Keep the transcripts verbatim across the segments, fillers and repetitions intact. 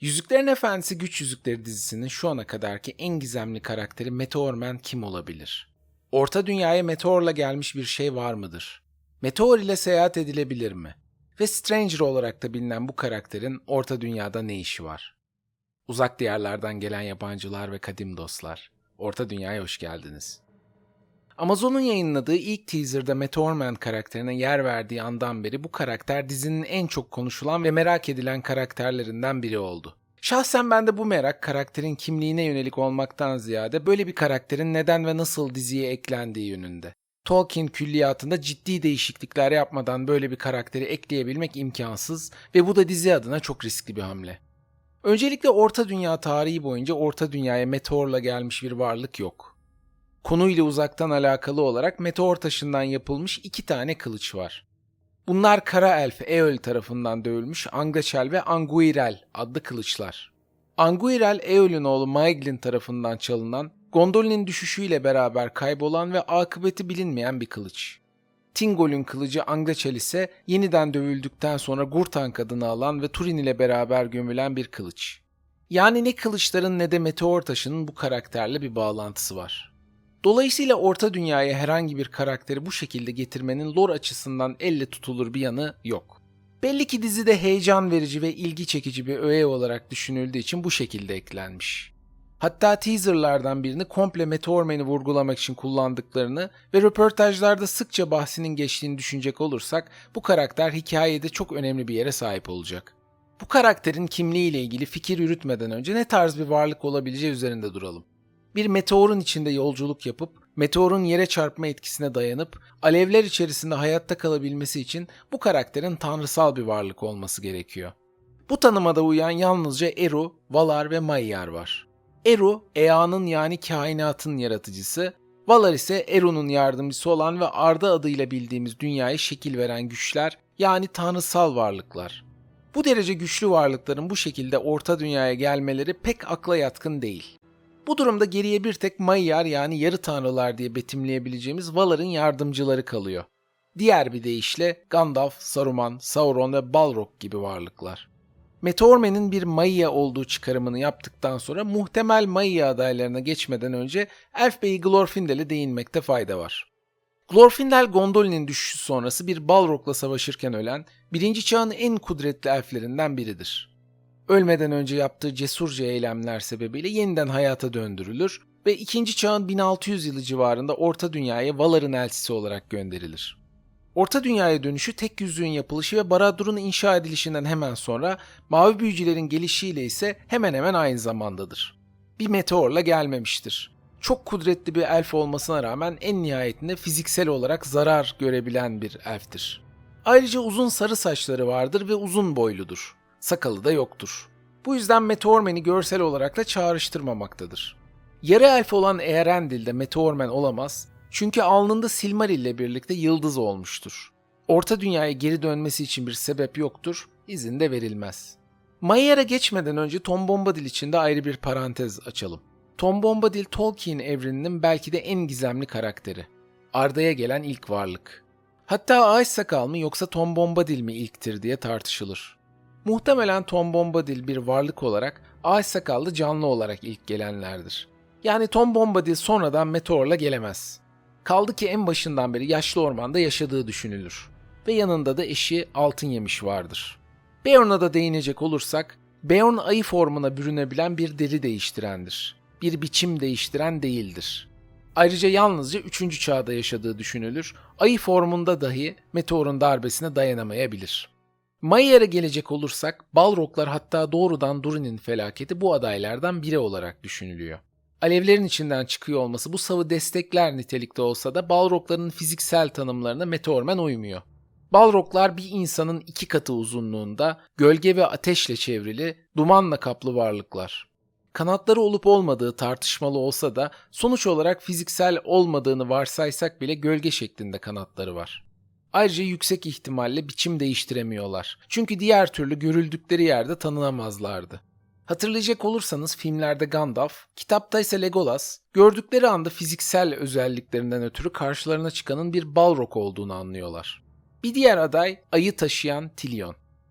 Yüzüklerin Efendisi Güç Yüzükleri dizisinin şu ana kadarki en gizemli karakteri Meteor Man kim olabilir? Orta Dünya'ya meteorla gelmiş bir şey var mıdır? Meteor ile seyahat edilebilir mi? Ve Stranger olarak da bilinen bu karakterin Orta Dünya'da ne işi var? Uzak diyarlardan gelen yabancılar ve kadim dostlar, Orta Dünya'ya hoş geldiniz. Amazon'un yayınladığı ilk teaser'da Meteor Man karakterine yer verdiği andan beri bu karakter dizinin en çok konuşulan ve merak edilen karakterlerinden biri oldu. Şahsen ben de bu merak karakterin kimliğine yönelik olmaktan ziyade böyle bir karakterin neden ve nasıl diziye eklendiği yönünde. Tolkien külliyatında ciddi değişiklikler yapmadan böyle bir karakteri ekleyebilmek imkansız ve bu da dizi adına çok riskli bir hamle. Öncelikle Orta Dünya tarihi boyunca Orta Dünya'ya meteorla gelmiş bir varlık yok. Konuyla uzaktan alakalı olarak meteor taşından yapılmış iki tane kılıç var. Bunlar Kara Elf Eöl tarafından dövülmüş Anglaçel ve Anguirel adlı kılıçlar. Anguirel, Eöl'ün oğlu Maeglin tarafından çalınan, Gondolin'in düşüşüyle beraber kaybolan ve akıbeti bilinmeyen bir kılıç. Thingol'ün kılıcı Anglaçel ise yeniden dövüldükten sonra Gurthank adını alan ve Turin ile beraber gömülen bir kılıç. Yani ne kılıçların ne de meteor taşının bu karakterle bir bağlantısı var. Dolayısıyla Orta Dünya'ya herhangi bir karakteri bu şekilde getirmenin lore açısından elle tutulur bir yanı yok. Belli ki dizide heyecan verici ve ilgi çekici bir öğe olarak düşünüldüğü için bu şekilde eklenmiş. Hatta teaserlardan birini komple Meteor Man'i vurgulamak için kullandıklarını ve röportajlarda sıkça bahsinin geçtiğini düşünecek olursak bu karakter hikayede çok önemli bir yere sahip olacak. Bu karakterin kimliğiyle ilgili fikir yürütmeden önce ne tarz bir varlık olabileceği üzerinde duralım. Bir meteorun içinde yolculuk yapıp, meteorun yere çarpma etkisine dayanıp, alevler içerisinde hayatta kalabilmesi için bu karakterin tanrısal bir varlık olması gerekiyor. Bu tanıma da uyan yalnızca Eru, Valar ve Maiar var. Eru, Ea'nın yani kainatın yaratıcısı, Valar ise Eru'nun yardımcısı olan ve Arda adıyla bildiğimiz dünyaya şekil veren güçler yani tanrısal varlıklar. Bu derece güçlü varlıkların bu şekilde Orta Dünya'ya gelmeleri pek akla yatkın değil. Bu durumda geriye bir tek Maiar yani yarı tanrılar diye betimleyebileceğimiz Valar'ın yardımcıları kalıyor. Diğer bir deyişle Gandalf, Saruman, Sauron ve Balrog gibi varlıklar. Meteor Man'in bir Maia olduğu çıkarımını yaptıktan sonra muhtemel Maia adaylarına geçmeden önce Elf Beyi Glorfindel'e değinmekte fayda var. Glorfindel, Gondolin'in düşüşü sonrası bir Balrog'la savaşırken ölen, birinci çağın en kudretli elflerinden biridir. Ölmeden önce yaptığı cesurca eylemler sebebiyle yeniden hayata döndürülür ve ikinci çağın bin altı yüz yılı civarında Orta Dünya'ya Valar'ın elçisi olarak gönderilir. Orta Dünya'ya dönüşü tek yüzüğün yapılışı ve Baradur'un inşa edilişinden hemen sonra mavi büyücülerin gelişiyle ise hemen hemen aynı zamandadır. Bir meteorla gelmemiştir. Çok kudretli bir elf olmasına rağmen en nihayetinde fiziksel olarak zarar görebilen bir elftir. Ayrıca uzun sarı saçları vardır ve uzun boyludur. Sakalı da yoktur. Bu yüzden Meteor Man'i görsel olarak da çağrıştırmamaktadır. Yarı elf olan Eärendil de Meteor Man olamaz çünkü alnında Silmaril ile birlikte yıldız olmuştur. Orta Dünya'ya geri dönmesi için bir sebep yoktur, izin de verilmez. Maiar'a geçmeden önce Tom Bombadil için de ayrı bir parantez açalım. Tom Bombadil Tolkien evreninin belki de en gizemli karakteri. Arda'ya gelen ilk varlık. Hatta Ağaç Sakal mı yoksa Tom Bombadil mi ilktir diye tartışılır. Muhtemelen Tom Bombadil bir varlık olarak, Ağaç Sakallı canlı olarak ilk gelenlerdir. Yani Tom Bombadil sonradan meteorla gelemez. Kaldı ki en başından beri yaşlı ormanda yaşadığı düşünülür. Ve yanında da eşi Altın Yemiş vardır. Beorn'a da değinecek olursak, Beorn ayı formuna bürünebilen bir deri değiştirendir. Bir biçim değiştiren değildir. Ayrıca yalnızca üçüncü çağda yaşadığı düşünülür, ayı formunda dahi meteorun darbesine dayanamayabilir. Maiar'a gelecek olursak, Balroglar hatta doğrudan Durin'in felaketi bu adaylardan biri olarak düşünülüyor. Alevlerin içinden çıkıyor olması bu savı destekler nitelikte olsa da Balrogların fiziksel tanımlarına Meteor Man uymuyor. Balroglar bir insanın iki katı uzunluğunda, gölge ve ateşle çevrili, dumanla kaplı varlıklar. Kanatları olup olmadığı tartışmalı olsa da sonuç olarak fiziksel olmadığını varsaysak bile gölge şeklinde kanatları var. Ayrıca yüksek ihtimalle biçim değiştiremiyorlar. Çünkü diğer türlü görüldükleri yerde tanınamazlardı. Hatırlayacak olursanız filmlerde Gandalf, kitapta ise Legolas, gördükleri anda fiziksel özelliklerinden ötürü karşılarına çıkanın bir Balrog olduğunu anlıyorlar. Bir diğer aday ayı taşıyan Tilion.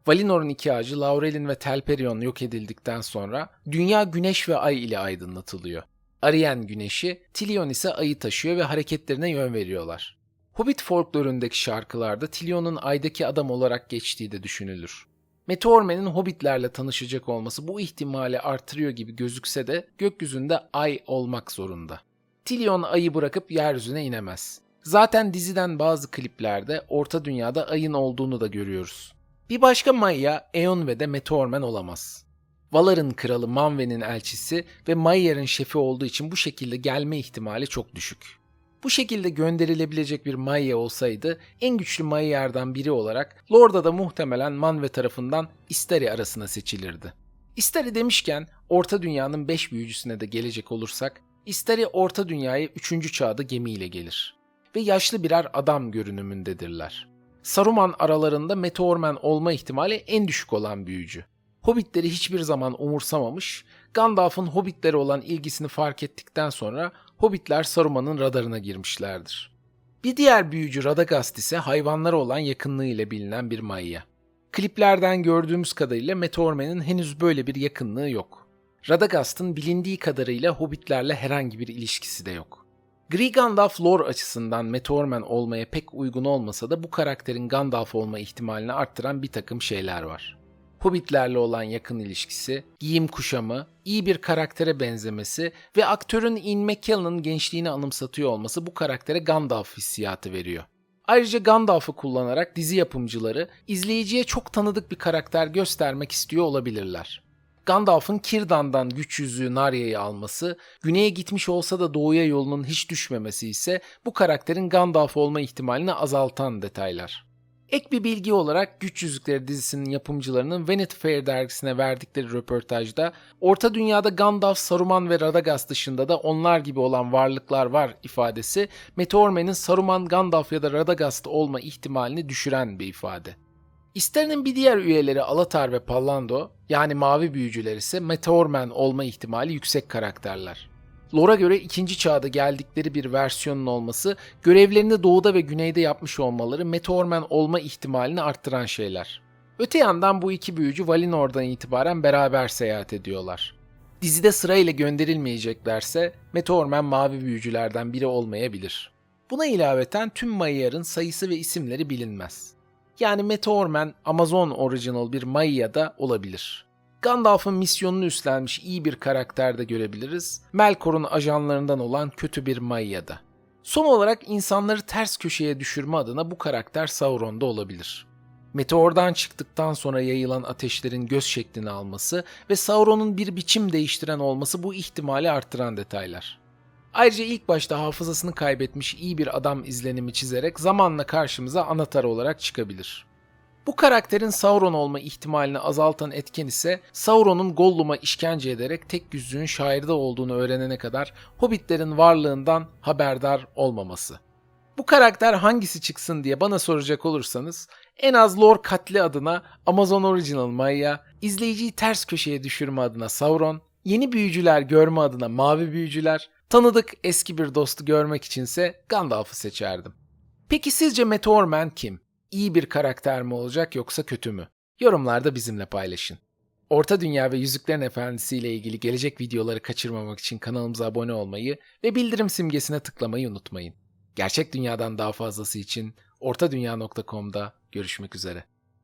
Valinor'un iki ağacı Laurelin ve Telperion yok edildikten sonra dünya güneş ve ay ile aydınlatılıyor. Arien güneşi, Tilion ise ayı taşıyor ve hareketlerine yön veriyorlar. Hobbit folklorundaki şarkılarda Tilion'un aydaki adam olarak geçtiği de düşünülür. Meteorman'in Hobbitlerle tanışacak olması bu ihtimali artırıyor gibi gözükse de gökyüzünde ay olmak zorunda. Tilion ayı bırakıp yeryüzüne inemez. Zaten diziden bazı kliplerde Orta Dünya'da ayın olduğunu da görüyoruz. Bir başka Maiya, Eonwë'de Meteorman olamaz. Valar'ın kralı Manwë'nin elçisi ve Maier'in şefi olduğu için bu şekilde gelme ihtimali çok düşük. Bu şekilde gönderilebilecek bir Maiya olsaydı en güçlü Maier'dan biri olarak Lor'da da muhtemelen Manwë tarafından Istari arasına seçilirdi. Istari demişken Orta Dünya'nın beş büyücüsüne de gelecek olursak, Istari Orta Dünya'ya üçüncü çağda gemiyle gelir ve yaşlı birer adam görünümündedirler. Saruman aralarında Meteorman olma ihtimali en düşük olan büyücü. Hobbitleri hiçbir zaman umursamamış, Gandalf'ın Hobbitlere olan ilgisini fark ettikten sonra Hobbitler Saruman'ın radarına girmişlerdir. Bir diğer büyücü Radagast ise hayvanlara olan yakınlığı ile bilinen bir Maiya. Kliplerden gördüğümüz kadarıyla Meteorman'ın henüz böyle bir yakınlığı yok. Radagast'ın bilindiği kadarıyla Hobbitlerle herhangi bir ilişkisi de yok. Gri Gandalf lore açısından Meteorman olmaya pek uygun olmasa da bu karakterin Gandalf olma ihtimalini arttıran bir takım şeyler var. Hobbitlerle olan yakın ilişkisi, giyim kuşamı, iyi bir karaktere benzemesi ve aktörün Ian McKellen'ın gençliğini anımsatıyor olması bu karaktere Gandalf hissiyatı veriyor. Ayrıca Gandalf'ı kullanarak dizi yapımcıları izleyiciye çok tanıdık bir karakter göstermek istiyor olabilirler. Gandalf'ın Círdan'dan güç yüzüğü Narya'yı alması, güneye gitmiş olsa da doğuya yolunun hiç düşmemesi ise bu karakterin Gandalf olma ihtimalini azaltan detaylar. Ek bir bilgi olarak Güç Yüzükleri dizisinin yapımcılarının Vanity Fair dergisine verdikleri röportajda Orta Dünya'da Gandalf, Saruman ve Radagast dışında da onlar gibi olan varlıklar var ifadesi Meteorman'in Saruman, Gandalf ya da Radagast olma ihtimalini düşüren bir ifade. İstari'nin bir diğer üyeleri Alatar ve Pallando, yani mavi büyücüler ise Meteorman olma ihtimali yüksek karakterler. Lore'a göre ikinci çağda geldikleri bir versiyonun olması, görevlerini doğuda ve güneyde yapmış olmaları Meteorman olma ihtimalini arttıran şeyler. Öte yandan bu iki büyücü Valinor'dan itibaren beraber seyahat ediyorlar. Dizide sırayla gönderilmeyeceklerse Meteorman mavi büyücülerden biri olmayabilir. Buna ilaveten tüm Maier'ın sayısı ve isimleri bilinmez. Yani Meteorman Amazon Original bir Maiya da olabilir. Gandalf'ın misyonunu üstlenmiş iyi bir karakter de görebiliriz. Melkor'un ajanlarından olan kötü bir Maiya da. Son olarak insanları ters köşeye düşürme adına bu karakter Sauron'da olabilir. Meteordan çıktıktan sonra yayılan ateşlerin göz şeklini alması ve Sauron'un bir biçim değiştiren olması bu ihtimali arttıran detaylar. Ayrıca ilk başta hafızasını kaybetmiş iyi bir adam izlenimi çizerek zamanla karşımıza Anatar olarak çıkabilir. Bu karakterin Sauron olma ihtimalini azaltan etken ise Sauron'un Gollum'a işkence ederek tek yüzüğün şairde olduğunu öğrenene kadar Hobbitlerin varlığından haberdar olmaması. Bu karakter hangisi çıksın diye bana soracak olursanız en az lore katli adına Amazon Original Maiya, izleyiciyi ters köşeye düşürme adına Sauron, yeni büyücüler görme adına mavi büyücüler, tanıdık eski bir dostu görmek içinse Gandalf'ı seçerdim. Peki sizce Meteorman kim? İyi bir karakter mi olacak yoksa kötü mü? Yorumlarda bizimle paylaşın. Orta Dünya ve Yüzüklerin Efendisi ile ilgili gelecek videoları kaçırmamak için kanalımıza abone olmayı ve bildirim simgesine tıklamayı unutmayın. Gerçek dünyadan daha fazlası için ortadunya nokta com'da görüşmek üzere.